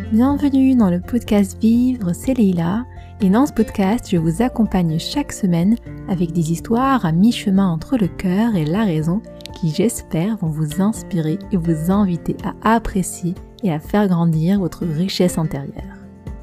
Bienvenue dans le podcast Vivre, c'est Leïla et dans ce podcast, je vous accompagne chaque semaine avec des histoires à mi-chemin entre le cœur et la raison qui, j'espère, vont vous inspirer et vous inviter à apprécier et à faire grandir votre richesse intérieure.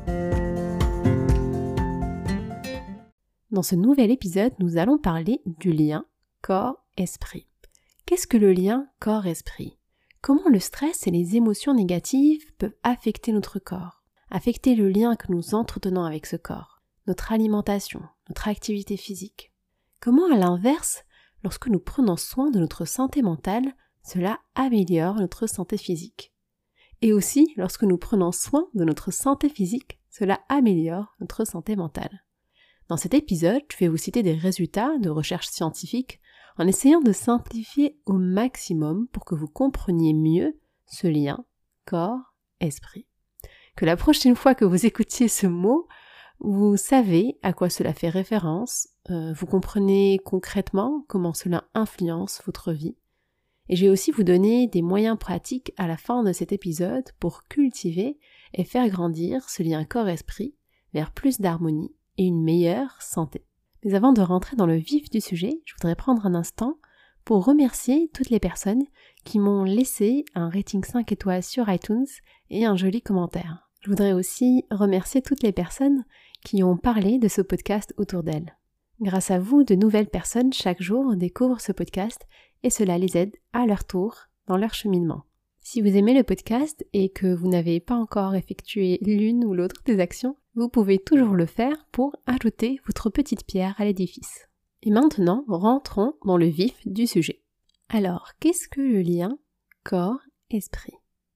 Dans ce nouvel épisode, nous allons parler du lien corps-esprit. Qu'est-ce que le lien corps-esprit ? Comment le stress et les émotions négatives peuvent affecter notre corps, affecter le lien que nous entretenons avec ce corps, notre alimentation, notre activité physique. Comment à l'inverse, lorsque nous prenons soin de notre santé mentale, cela améliore notre santé physique. Et aussi, lorsque nous prenons soin de notre santé physique, cela améliore notre santé mentale. Dans cet épisode, je vais vous citer des résultats de recherches scientifiques en essayant de simplifier au maximum pour que vous compreniez mieux ce lien corps-esprit. Que la prochaine fois que vous écoutiez ce mot, vous savez à quoi cela fait référence, vous comprenez concrètement comment cela influence votre vie. Et je vais aussi vous donner des moyens pratiques à la fin de cet épisode pour cultiver et faire grandir ce lien corps-esprit vers plus d'harmonie et une meilleure santé. Mais avant de rentrer dans le vif du sujet, je voudrais prendre un instant pour remercier toutes les personnes qui m'ont laissé un rating 5 étoiles sur iTunes et un joli commentaire. Je voudrais aussi remercier toutes les personnes qui ont parlé de ce podcast autour d'elles. Grâce à vous, de nouvelles personnes chaque jour découvrent ce podcast et cela les aide à leur tour dans leur cheminement. Si vous aimez le podcast et que vous n'avez pas encore effectué l'une ou l'autre des actions, vous pouvez toujours le faire pour ajouter votre petite pierre à l'édifice. Et maintenant, rentrons dans le vif du sujet. Alors, qu'est-ce que le lien corps-esprit ?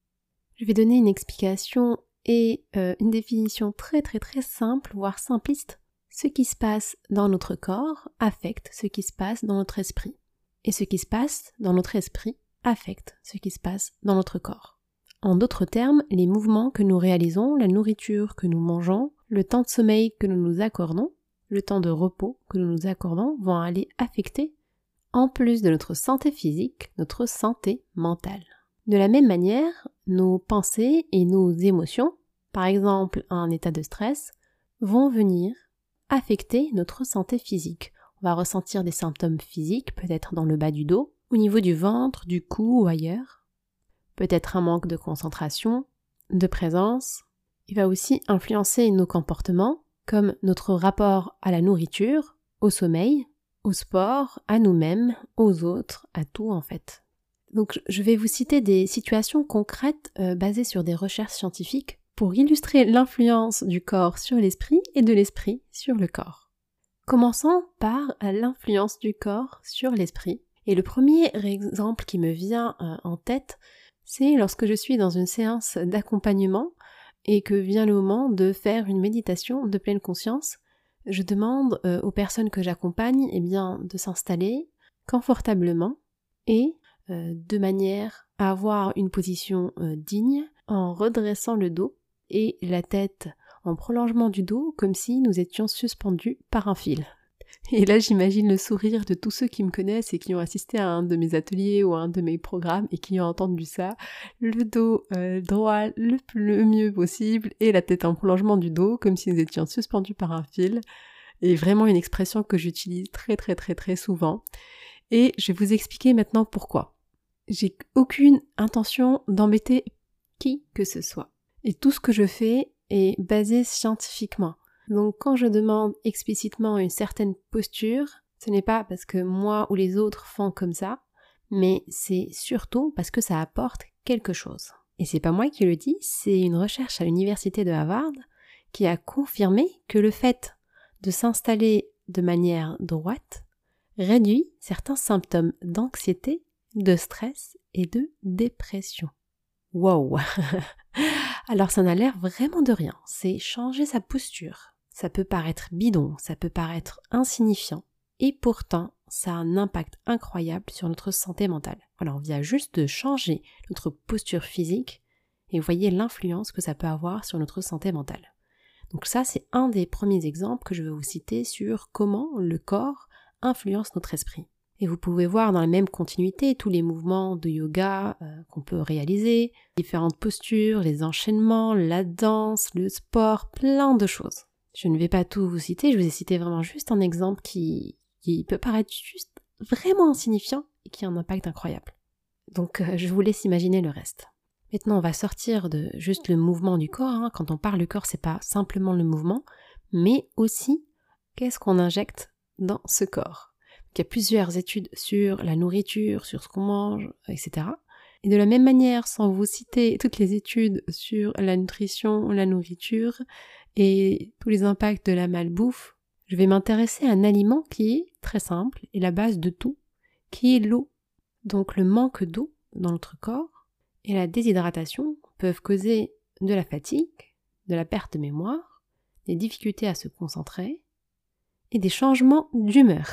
Je vais donner une explication et une définition très simple, voire simpliste. Ce qui se passe dans notre corps affecte ce qui se passe dans notre esprit. Et ce qui se passe dans notre esprit affecte ce qui se passe dans notre corps. En d'autres termes, les mouvements que nous réalisons, la nourriture que nous mangeons, le temps de sommeil que nous nous accordons, le temps de repos que nous nous accordons vont aller affecter, en plus de notre santé physique, notre santé mentale. De la même manière, nos pensées et nos émotions, par exemple un état de stress, vont venir affecter notre santé physique. On va ressentir des symptômes physiques, peut-être dans le bas du dos, au niveau du ventre, du cou ou ailleurs. Peut-être un manque de concentration, de présence. Il va aussi influencer nos comportements, comme notre rapport à la nourriture, au sommeil, au sport, à nous-mêmes, aux autres, à tout en fait. Donc je vais vous citer des situations concrètes basées sur des recherches scientifiques pour illustrer l'influence du corps sur l'esprit et de l'esprit sur le corps. Commençons par l'influence du corps sur l'esprit. Et le premier exemple qui me vient en tête, c'est lorsque je suis dans une séance d'accompagnement et que vient le moment de faire une méditation de pleine conscience. Je demande aux personnes que j'accompagne de s'installer confortablement et de manière à avoir une position digne en redressant le dos et la tête en prolongement du dos comme si nous étions suspendus par un fil. Et là, j'imagine le sourire de tous ceux qui me connaissent et qui ont assisté à un de mes ateliers ou à un de mes programmes et qui ont entendu ça. Le dos droit le mieux possible et la tête en prolongement du dos comme si nous étions suspendus par un fil. Et vraiment une expression que j'utilise très souvent. Et je vais vous expliquer maintenant pourquoi. J'ai aucune intention d'embêter qui que ce soit. Et tout ce que je fais est basé scientifiquement. Donc quand je demande explicitement une certaine posture, ce n'est pas parce que moi ou les autres font comme ça, mais c'est surtout parce que ça apporte quelque chose. Et c'est pas moi qui le dis, c'est une recherche à l'université de Harvard qui a confirmé que le fait de s'installer de manière droite réduit certains symptômes d'anxiété, de stress et de dépression. Wow. Alors ça n'a l'air vraiment de rien, c'est changer sa posture. Ça peut paraître bidon, ça peut paraître insignifiant, et pourtant ça a un impact incroyable sur notre santé mentale. Voilà, on vient juste de changer notre posture physique, et vous voyez l'influence que ça peut avoir sur notre santé mentale. Donc ça, c'est un des premiers exemples que je vais vous citer sur comment le corps influence notre esprit. Et vous pouvez voir dans la même continuité tous les mouvements de yoga qu'on peut réaliser, différentes postures, les enchaînements, la danse, le sport, plein de choses. Je ne vais pas tout vous citer, je vous ai cité vraiment juste un exemple qui peut paraître juste vraiment insignifiant et qui a un impact incroyable. Donc je vous laisse imaginer le reste. Maintenant on va sortir de juste le mouvement du corps. Quand on parle du corps, c'est pas simplement le mouvement, mais aussi qu'est-ce qu'on injecte dans ce corps. Il y a plusieurs études sur la nourriture, sur ce qu'on mange, etc. Et de la même manière, sans vous citer toutes les études sur la nutrition, la nourriture et tous les impacts de la malbouffe, je vais m'intéresser à un aliment qui est très simple et la base de tout, qui est l'eau. Donc le manque d'eau dans notre corps et la déshydratation peuvent causer de la fatigue, de la perte de mémoire, des difficultés à se concentrer et des changements d'humeur.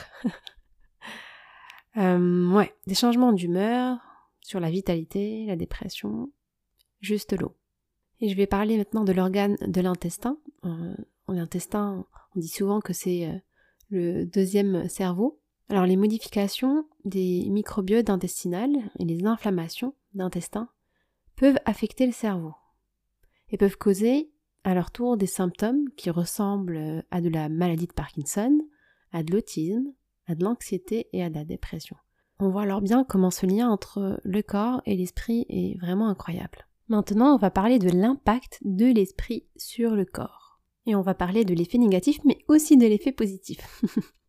Des changements d'humeur, sur la vitalité, la dépression, juste l'eau. Et je vais parler maintenant de l'organe de l'intestin. L'intestin, on dit souvent que c'est le deuxième cerveau. Alors les modifications des microbiotes intestinales et les inflammations d'intestin peuvent affecter le cerveau et peuvent causer à leur tour des symptômes qui ressemblent à de la maladie de Parkinson, à de l'autisme, à de l'anxiété et à de la dépression. On voit alors bien comment ce lien entre le corps et l'esprit est vraiment incroyable. Maintenant, on va parler de l'impact de l'esprit sur le corps. Et on va parler de l'effet négatif, mais aussi de l'effet positif.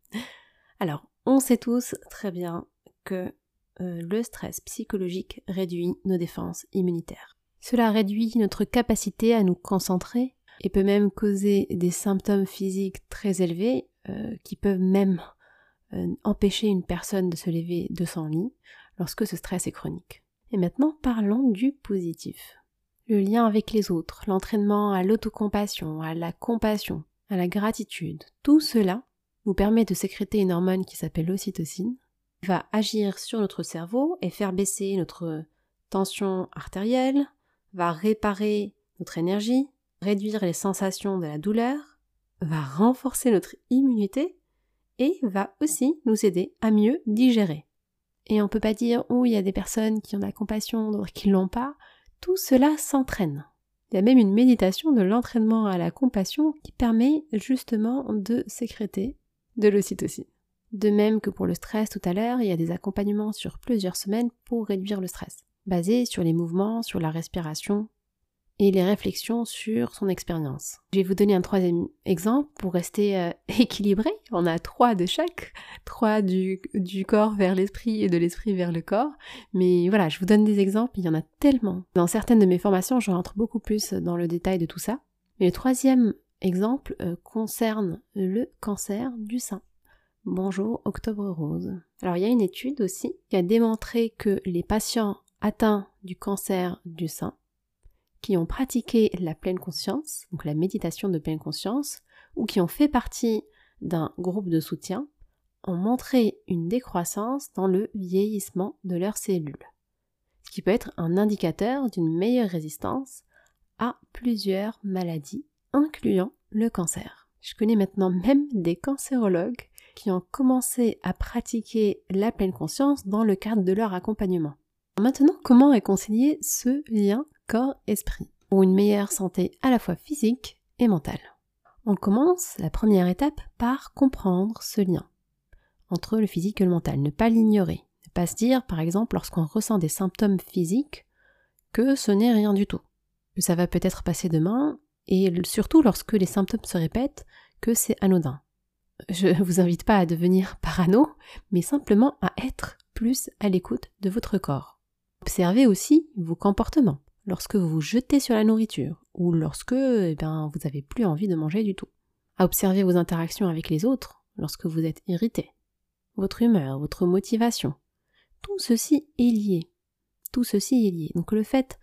Alors, on sait tous très bien que le stress psychologique réduit nos défenses immunitaires. Cela réduit notre capacité à nous concentrer et peut même causer des symptômes physiques très élevés qui peuvent même empêcher une personne de se lever de son lit lorsque ce stress est chronique. Et maintenant, parlons du positif. Le lien avec les autres, l'entraînement à l'autocompassion, à la compassion, à la gratitude, tout cela nous permet de sécréter une hormone qui s'appelle l'ocytocine, qui va agir sur notre cerveau et faire baisser notre tension artérielle, va réparer notre énergie, réduire les sensations de la douleur, va renforcer notre immunité et va aussi nous aider à mieux digérer. Et on ne peut pas dire « Oh, il y a des personnes qui ont de la compassion, d'autres qui ne l'ont pas ». Tout cela s'entraîne. Il y a même une méditation de l'entraînement à la compassion qui permet justement de sécréter de l'ocytocine. De même que pour le stress tout à l'heure, il y a des accompagnements sur plusieurs semaines pour réduire le stress, basés sur les mouvements, sur la respiration et les réflexions sur son expérience. Je vais vous donner un troisième exemple pour rester équilibré. On a 3 de chaque, 3 du corps vers l'esprit et de l'esprit vers le corps. Mais voilà, je vous donne des exemples, il y en a tellement. Dans certaines de mes formations, je rentre beaucoup plus dans le détail de tout ça. Mais le troisième exemple concerne le cancer du sein. Bonjour, Octobre Rose. Alors il y a une étude aussi qui a démontré que les patients atteints du cancer du sein qui ont pratiqué la pleine conscience, donc la méditation de pleine conscience, ou qui ont fait partie d'un groupe de soutien, ont montré une décroissance dans le vieillissement de leurs cellules, ce qui peut être un indicateur d'une meilleure résistance à plusieurs maladies, incluant le cancer. Je connais maintenant même des cancérologues qui ont commencé à pratiquer la pleine conscience dans le cadre de leur accompagnement. Maintenant, comment réconcilier ce lien corps-esprit pour une meilleure santé à la fois physique et mentale? On commence la première étape par comprendre ce lien entre le physique et le mental, ne pas l'ignorer, ne pas se dire par exemple lorsqu'on ressent des symptômes physiques que ce n'est rien du tout, que ça va peut-être passer demain et surtout lorsque les symptômes se répètent que c'est anodin. Je ne vous invite pas à devenir parano, mais simplement à être plus à l'écoute de votre corps. Observez aussi vos comportements lorsque vous vous jetez sur la nourriture ou lorsque vous n'avez plus envie de manger du tout. À observer vos interactions avec les autres lorsque vous êtes irrité, votre humeur, votre motivation. Tout ceci est lié. Tout ceci est lié. Donc le fait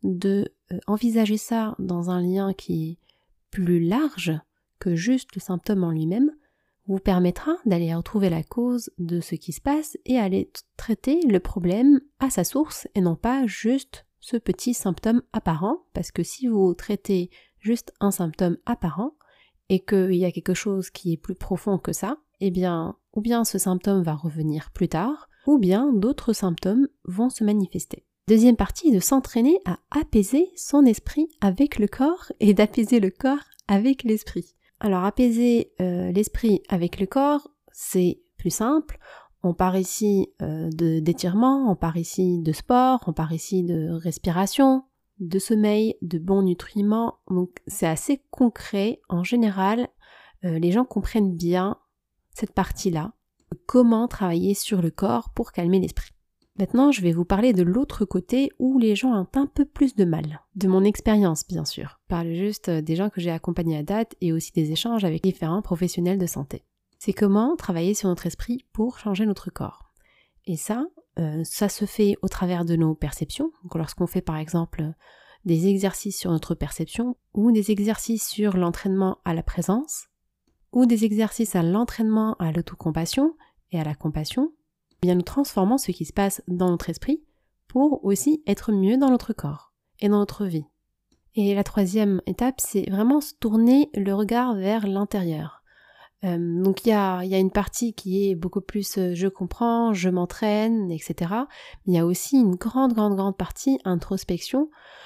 de envisager ça dans un lien qui est plus large que juste le symptôme en lui-même vous permettra d'aller retrouver la cause de ce qui se passe et aller traiter le problème à sa source et non pas juste ce petit symptôme apparent, parce que si vous traitez juste un symptôme apparent et qu'il y a quelque chose qui est plus profond que ça, ou bien ce symptôme va revenir plus tard, ou bien d'autres symptômes vont se manifester. Deuxième partie est de s'entraîner à apaiser son esprit avec le corps et d'apaiser le corps avec l'esprit. Alors apaiser l'esprit avec le corps, c'est plus simple. On part ici d'étirement, on part ici de sport, on part ici de respiration, de sommeil, de bons nutriments. Donc c'est assez concret. En général, les gens comprennent bien cette partie-là. Comment travailler sur le corps pour calmer l'esprit. Maintenant, je vais vous parler de l'autre côté où les gens ont un peu plus de mal. De mon expérience, bien sûr. Je parle juste des gens que j'ai accompagnés à date et aussi des échanges avec différents professionnels de santé. C'est comment travailler sur notre esprit pour changer notre corps. Et ça se fait au travers de nos perceptions. Donc lorsqu'on fait par exemple des exercices sur notre perception ou des exercices sur l'entraînement à la présence ou des exercices à l'entraînement à l'autocompassion et à la compassion, eh bien nous transformons ce qui se passe dans notre esprit pour aussi être mieux dans notre corps et dans notre vie. Et la troisième étape, c'est vraiment se tourner le regard vers l'intérieur. Donc il y a une partie qui est beaucoup plus je comprends, je m'entraîne, etc. Mais il y a aussi une grande partie introspection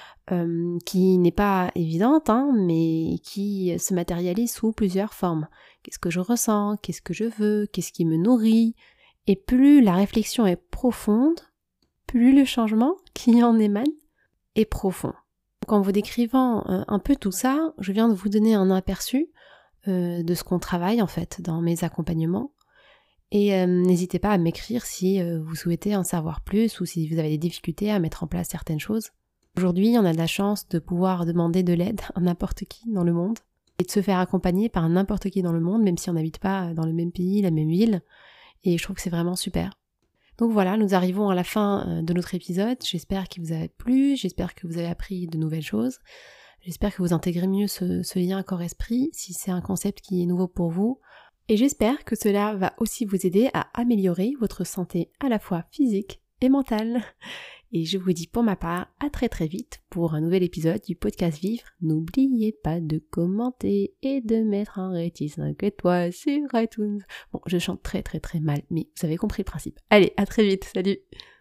qui n'est pas évidente, mais qui se matérialise sous plusieurs formes. Qu'est-ce que je ressens? Qu'est-ce que je veux? Qu'est-ce qui me nourrit? Et plus la réflexion est profonde, plus le changement qui en émane est profond. Donc en vous décrivant un peu tout ça, je viens de vous donner un aperçu de ce qu'on travaille en fait dans mes accompagnements. Et n'hésitez pas à m'écrire si vous souhaitez en savoir plus ou si vous avez des difficultés à mettre en place certaines choses. Aujourd'hui, on a de la chance de pouvoir demander de l'aide à n'importe qui dans le monde et de se faire accompagner par n'importe qui dans le monde, même si on n'habite pas dans le même pays, la même ville. Et je trouve que c'est vraiment super. Donc voilà, nous arrivons à la fin de notre épisode. J'espère qu'il vous a plu, j'espère que vous avez appris de nouvelles choses. J'espère que vous intégrez mieux ce lien corps-esprit, si c'est un concept qui est nouveau pour vous. Et j'espère que cela va aussi vous aider à améliorer votre santé à la fois physique et mentale. Et je vous dis pour ma part à très vite pour un nouvel épisode du podcast Vivre. N'oubliez pas de commenter et de mettre un rating 5 étoiles sur iTunes. Bon, je chante très mal, mais vous avez compris le principe. Allez, à très vite, salut!